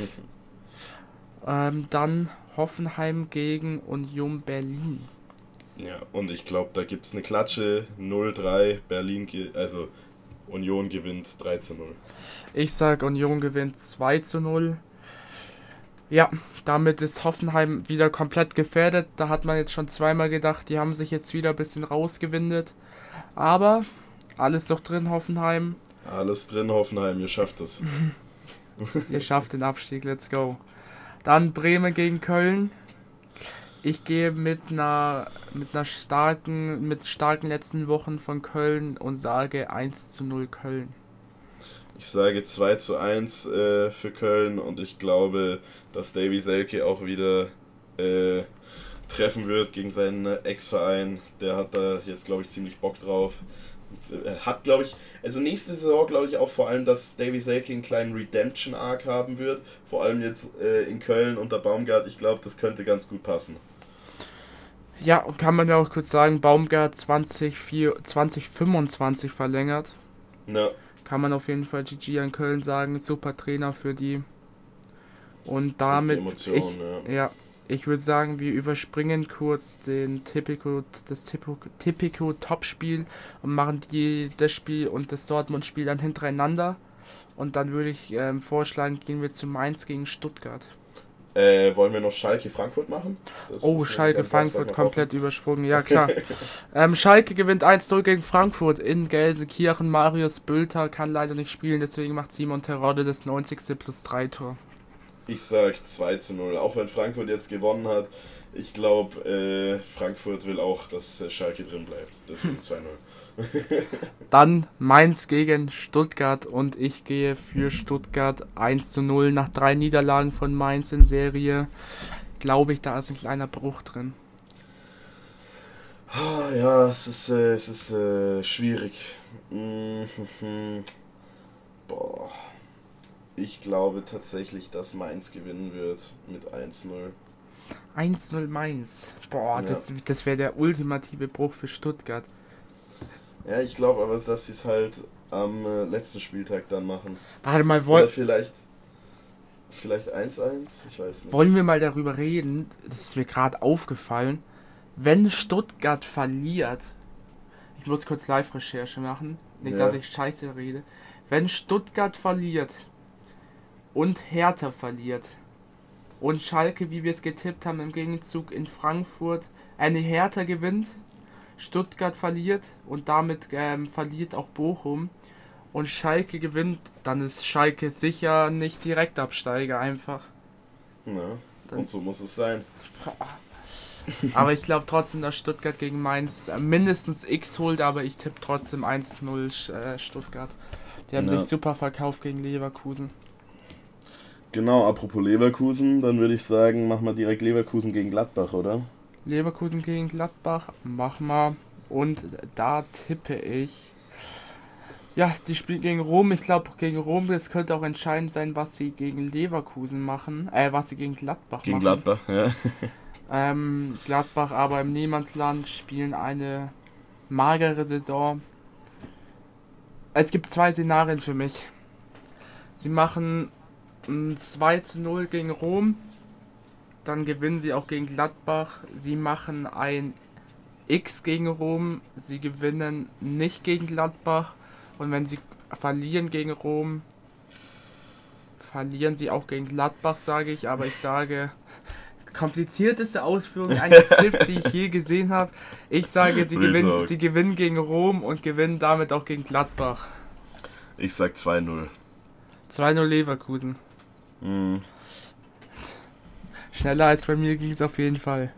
ähm, dann Hoffenheim gegen Union Berlin. Ja, und ich glaube, da gibt es eine Klatsche. null drei, Berlin, ge- also Union gewinnt drei zu null. Ich sag, Union gewinnt zwei zu null. Ja, damit ist Hoffenheim wieder komplett gefährdet. Da hat man jetzt schon zweimal gedacht, die haben sich jetzt wieder ein bisschen rausgewindet. Aber alles doch drin, Hoffenheim. Alles drin, Hoffenheim, ihr schafft es. Ihr schafft den Abstieg, let's go. Dann Bremen gegen Köln. Ich gehe mit einer mit einer starken, mit starken letzten Wochen von Köln und sage eins zu null Köln. Ich sage zwei zu eins äh, für Köln und ich glaube, dass Davy Selke auch wieder äh, treffen wird gegen seinen Ex-Verein. Der hat da jetzt, glaube ich, ziemlich Bock drauf. Hat, glaube ich, also nächste Saison glaube ich auch vor allem, dass Davy Selke einen kleinen Redemption-Arc haben wird. Vor allem jetzt äh, in Köln unter Baumgart. Ich glaube, das könnte ganz gut passen. Ja, und kann man ja auch kurz sagen, Baumgart zwanzig fünfundzwanzig verlängert. Ja. Kann man auf jeden Fall G G an Köln sagen. Super Trainer für die. Und damit, Und die Emotion, ich, ja. ja, ich würde sagen, wir überspringen kurz den Tipico, das Tipico, Tipico Topspiel und machen die, das Spiel und das Dortmund-Spiel dann hintereinander. Und dann würde ich ähm, vorschlagen, gehen wir zu Mainz gegen Stuttgart. Äh, wollen wir noch Schalke Frankfurt machen? Das Oh, ist Schalke ganz Frankfurt einfach komplett offen. übersprungen, ja klar. ähm, Schalke gewinnt eins zu null gegen Frankfurt in Gelsenkirchen. Marius Bülter kann leider nicht spielen, deswegen macht Simon Terodde das neunzigste plus drei Tor. Ich sag zwei zu null, auch wenn Frankfurt jetzt gewonnen hat. Ich glaube, äh, Frankfurt will auch, dass Schalke drin bleibt. Deswegen zwei null. Dann Mainz gegen Stuttgart und ich gehe für Stuttgart eins zu null. Nach drei Niederlagen von Mainz in Serie glaube ich, da ist ein kleiner Bruch drin. Ah, ja, es ist, äh, es ist äh, schwierig. Mhm. Boah. Ich glaube tatsächlich, dass Mainz gewinnen wird mit eins null. eins zu null Mainz. Boah, Ja. das, das wäre der ultimative Bruch für Stuttgart. Ja, ich glaube aber, dass sie es halt am äh, letzten Spieltag dann machen. Warte mal, Oder woll, vielleicht vielleicht eins eins, ich weiß nicht. wollen wir mal darüber reden? Das ist mir gerade aufgefallen. Wenn Stuttgart verliert, ich muss kurz Live-Recherche machen, nicht, Ja. dass ich Scheiße rede. Wenn Stuttgart verliert und Hertha verliert, und Schalke, wie wir es getippt haben, im Gegenzug in Frankfurt eine Hertha gewinnt, Stuttgart verliert und damit ähm, verliert auch Bochum und Schalke gewinnt, dann ist Schalke sicher nicht Direktabsteiger einfach. Ja, und so muss es sein. Aber ich glaube trotzdem, dass Stuttgart gegen Mainz mindestens X holt, aber ich tippe trotzdem eins null äh, Stuttgart. Die haben ja. sich super verkauft gegen Leverkusen. Genau, apropos Leverkusen, dann würde ich sagen, machen wir direkt Leverkusen gegen Gladbach, oder? Leverkusen gegen Gladbach, machen wir. Und da tippe ich... Ja, die spielen gegen Rom. Ich glaube, gegen Rom, das könnte auch entscheidend sein, was sie gegen Leverkusen machen. Äh, was sie gegen Gladbach gegen machen. Gegen Gladbach, ja. ähm, Gladbach aber im Niemandsland spielen eine magere Saison. Es gibt zwei Szenarien für mich. Sie machen ein zwei zu null gegen Rom. Dann gewinnen sie auch gegen Gladbach. Sie machen ein X gegen Rom. Sie gewinnen nicht gegen Gladbach. Und wenn sie verlieren gegen Rom, verlieren sie auch gegen Gladbach, sage ich. Aber ich sage, komplizierteste Ausführung eines Tipps, die ich je gesehen habe. Ich sage, sie gewinnen, sie gewinnen gegen Rom und gewinnen damit auch gegen Gladbach. Ich sag zwei null. zwei null Leverkusen. Mhm. Schneller als bei mir ging es auf jeden Fall.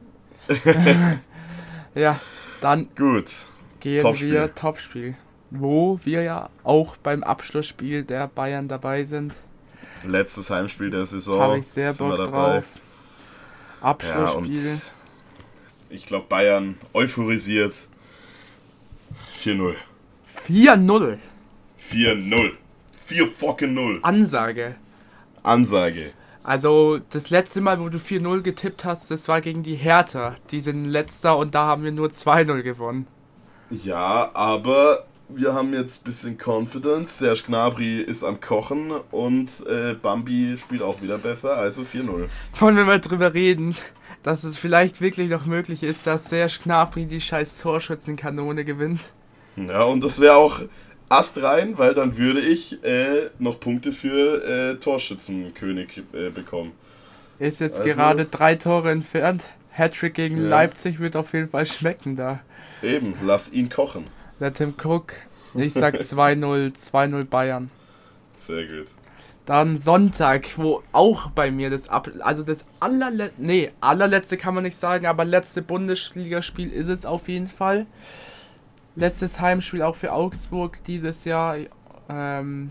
Ja, dann gut. Gehen Topspiel. wir Topspiel. Wo wir ja auch beim Abschlussspiel der Bayern dabei sind. Letztes Heimspiel der Saison. Habe ich sehr Bock drauf. Abschlussspiel. Ja, ich glaube Bayern euphorisiert. vier null. vier null? vier null. vier fucking null. Ansage. Ansage. Also das letzte Mal, wo du vier null getippt hast, das war gegen die Hertha. Die sind letzter und da haben wir nur zwei null gewonnen. Ja, aber wir haben jetzt ein bisschen Confidence. Serge Gnabry ist am Kochen und äh, Bambi spielt auch wieder besser, also vier null. Wollen wir mal drüber reden, dass es vielleicht wirklich noch möglich ist, dass Serge Gnabry die scheiß Torschützenkanone gewinnt? Ja, und das wäre auch Ast rein, weil dann würde ich äh, noch Punkte für äh, Torschützenkönig äh, bekommen. Ist jetzt also, gerade drei Tore entfernt. Hattrick gegen ja. Leipzig wird auf jeden Fall schmecken da. Eben, lass ihn kochen. Let him cook. Ich sag zwei null, zwei null Bayern. Sehr gut. Dann Sonntag, wo auch bei mir das ab, also das allerletzte, nee, allerletzte kann man nicht sagen, aber letzte Bundesligaspiel ist es auf jeden Fall. Letztes Heimspiel auch für Augsburg dieses Jahr. Ähm,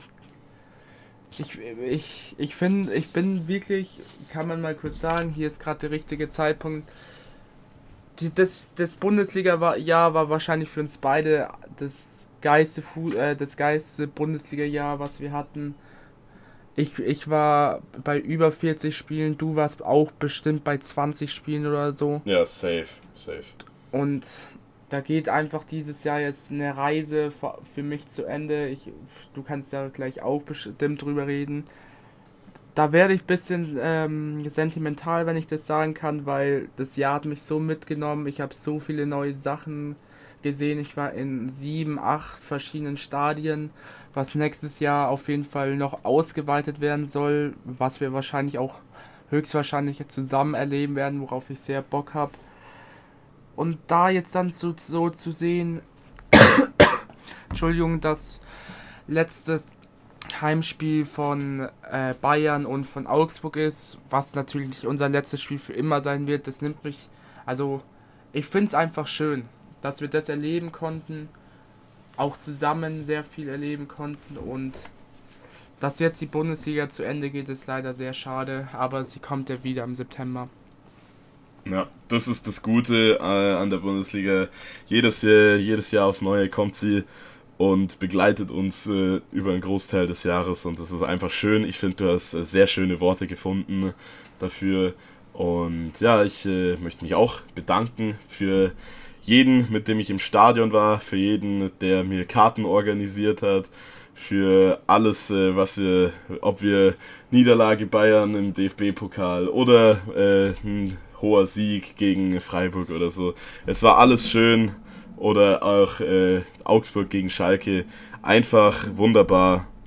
ich ich, ich finde, ich bin wirklich, kann man mal kurz sagen, hier ist gerade der richtige Zeitpunkt. Die, das das Bundesliga-Jahr war wahrscheinlich für uns beide das geilste, äh, das geilste Bundesliga-Jahr, was wir hatten. Ich, ich war bei über vierzig Spielen, du warst auch bestimmt bei zwanzig Spielen oder so. Ja, safe, safe. Und da geht einfach dieses Jahr jetzt eine Reise für mich zu Ende. Ich, du kannst ja gleich auch bestimmt drüber reden. Da werde ich ein bisschen ähm, sentimental, wenn ich das sagen kann, weil das Jahr hat mich so mitgenommen. Ich habe so viele neue Sachen gesehen. Ich war in sieben, acht verschiedenen Stadien, was nächstes Jahr auf jeden Fall noch ausgeweitet werden soll, was wir wahrscheinlich auch höchstwahrscheinlich zusammen erleben werden, worauf ich sehr Bock habe. Und da jetzt dann so, so zu sehen, Entschuldigung, das letzte Heimspiel von äh, Bayern und von Augsburg ist, was natürlich nicht unser letztes Spiel für immer sein wird, das nimmt mich, also ich finde es einfach schön, dass wir das erleben konnten, auch zusammen sehr viel erleben konnten und dass jetzt die Bundesliga zu Ende geht, ist leider sehr schade, aber sie kommt ja wieder im September. Ja, das ist das Gute äh, an der Bundesliga. Jedes, äh, jedes Jahr aufs Neue kommt sie und begleitet uns äh, über einen Großteil des Jahres und das ist einfach schön. Ich finde, du hast äh, sehr schöne Worte gefunden dafür und ja, ich äh, möchte mich auch bedanken für jeden, mit dem ich im Stadion war, für jeden, der mir Karten organisiert hat, für alles, äh, was wir, ob wir Niederlage Bayern im D F B-Pokal oder äh, ein hoher Sieg gegen Freiburg oder so. Es war alles schön. Oder auch äh, Augsburg gegen Schalke. Einfach wunderbar.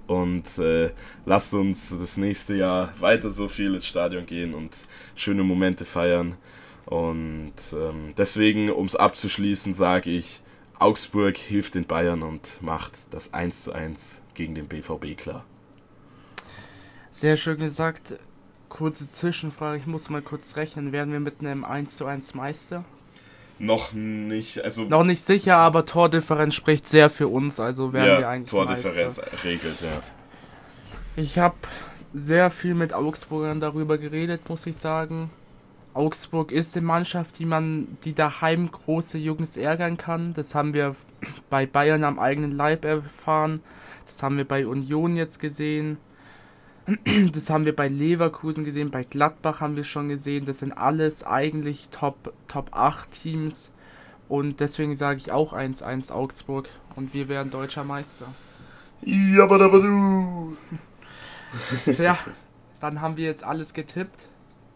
und äh, lasst uns das nächste Jahr weiter so viel ins Stadion gehen und schöne Momente feiern. Und ähm, deswegen, um es abzuschließen, sage ich, Augsburg hilft den Bayern und macht das eins zu eins gegen den B V B klar. Sehr schön gesagt. Kurze Zwischenfrage, ich muss mal kurz rechnen. Werden wir mit einem eins zu eins Meister? Noch nicht, also... Noch nicht sicher, aber Tordifferenz spricht sehr für uns, also werden ja, wir eigentlich Tordifferenz Meister. regelt, ja. Ich habe sehr viel mit Augsburgern darüber geredet, muss ich sagen. Augsburg ist eine Mannschaft, die man, die daheim große Jungs ärgern kann. Das haben wir bei Bayern am eigenen Leib erfahren. Das haben wir bei Union jetzt gesehen. Das haben wir bei Leverkusen gesehen, bei Gladbach haben wir schon gesehen. Das sind alles eigentlich Top, Top acht Teams. Und deswegen sage ich auch eins eins Augsburg. Und wir werden deutscher Meister. Jabadabadu. Ja, dann haben wir jetzt alles getippt.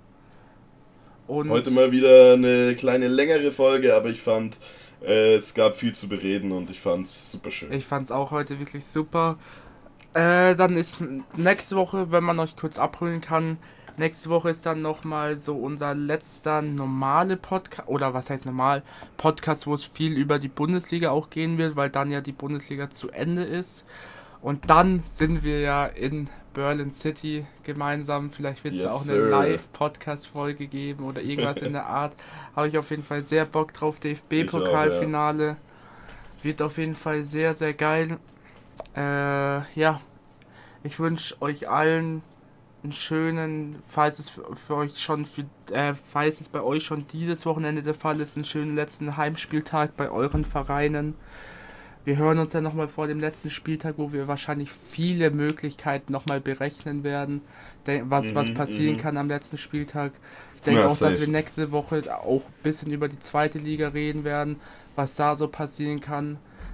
Und heute mal wieder eine kleine längere Folge, aber ich fand, äh, es gab viel zu bereden und ich fand es super schön. Ich fand es auch heute wirklich super. Äh, dann ist nächste Woche, wenn man euch kurz abholen kann, nächste Woche ist dann nochmal so unser letzter normale Podcast, oder was heißt normal, Podcast, wo es viel über die Bundesliga auch gehen wird, weil dann ja die Bundesliga zu Ende ist. Und dann sind wir ja in Berlin City gemeinsam. Vielleicht wird es Yes, auch eine sir. Live-Podcast-Folge geben oder irgendwas in der Art. Habe ich auf jeden Fall sehr Bock drauf. D F Ich auch, B-Pokalfinale. Wird auf jeden Fall sehr, sehr geil. Äh, ja. Ich wünsche euch allen einen schönen, falls es für, für euch schon, für, äh, falls es bei euch schon dieses Wochenende der Fall ist, einen schönen letzten Heimspieltag bei euren Vereinen. Wir hören uns dann nochmal vor dem letzten Spieltag, wo wir wahrscheinlich viele Möglichkeiten nochmal berechnen werden, was, was Mhm, passieren mhm. kann am letzten Spieltag. Ich denke Ja, auch, dass safe. wir nächste Woche auch ein bisschen über die zweite Liga reden werden, was da so passieren kann.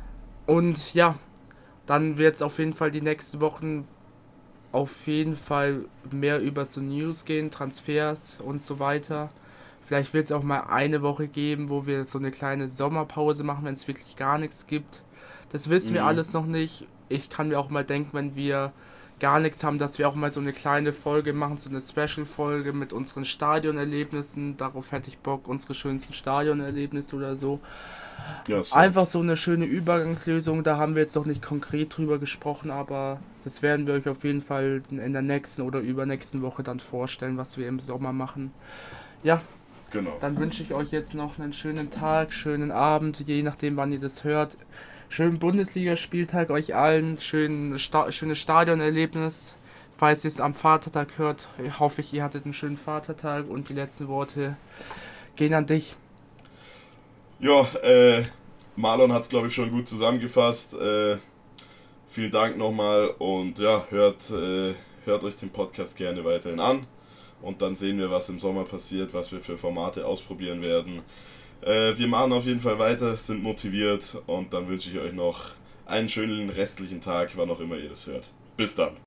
Und ja, dann wird es auf jeden Fall die nächsten Wochen auf jeden Fall mehr über so News gehen, Transfers und so weiter. Vielleicht wird es auch mal eine Woche geben, wo wir so eine kleine Sommerpause machen, wenn es wirklich gar nichts gibt. Das wissen wir Mhm. alles noch nicht. Ich kann mir auch mal denken, wenn wir gar nichts haben, dass wir auch mal so eine kleine Folge machen, so eine Special-Folge mit unseren Stadionerlebnissen. Darauf hätte ich Bock, unsere schönsten Stadionerlebnisse oder so. Ja, so. Einfach so eine schöne Übergangslösung, da haben wir jetzt noch nicht konkret drüber gesprochen, aber das werden wir euch auf jeden Fall in der nächsten oder übernächsten Woche dann vorstellen, was wir im Sommer machen. Ja, Genau. dann wünsche ich euch jetzt noch einen schönen Tag, schönen Abend, je nachdem wann ihr das hört. Schönen Bundesligaspieltag euch allen, schön, Sta- schönes Stadionerlebnis. Falls ihr es am Vatertag hört, hoffe ich, ihr hattet einen schönen Vatertag und die letzten Worte gehen an dich. Ja, äh, Marlon hat es, glaube ich, schon gut zusammengefasst. Äh, vielen Dank nochmal und ja, hört, äh, hört euch den Podcast gerne weiterhin an. Und dann sehen wir, was im Sommer passiert, was wir für Formate ausprobieren werden. Äh, wir machen auf jeden Fall weiter, sind motiviert und dann wünsche ich euch noch einen schönen restlichen Tag, wann auch immer ihr das hört. Bis dann.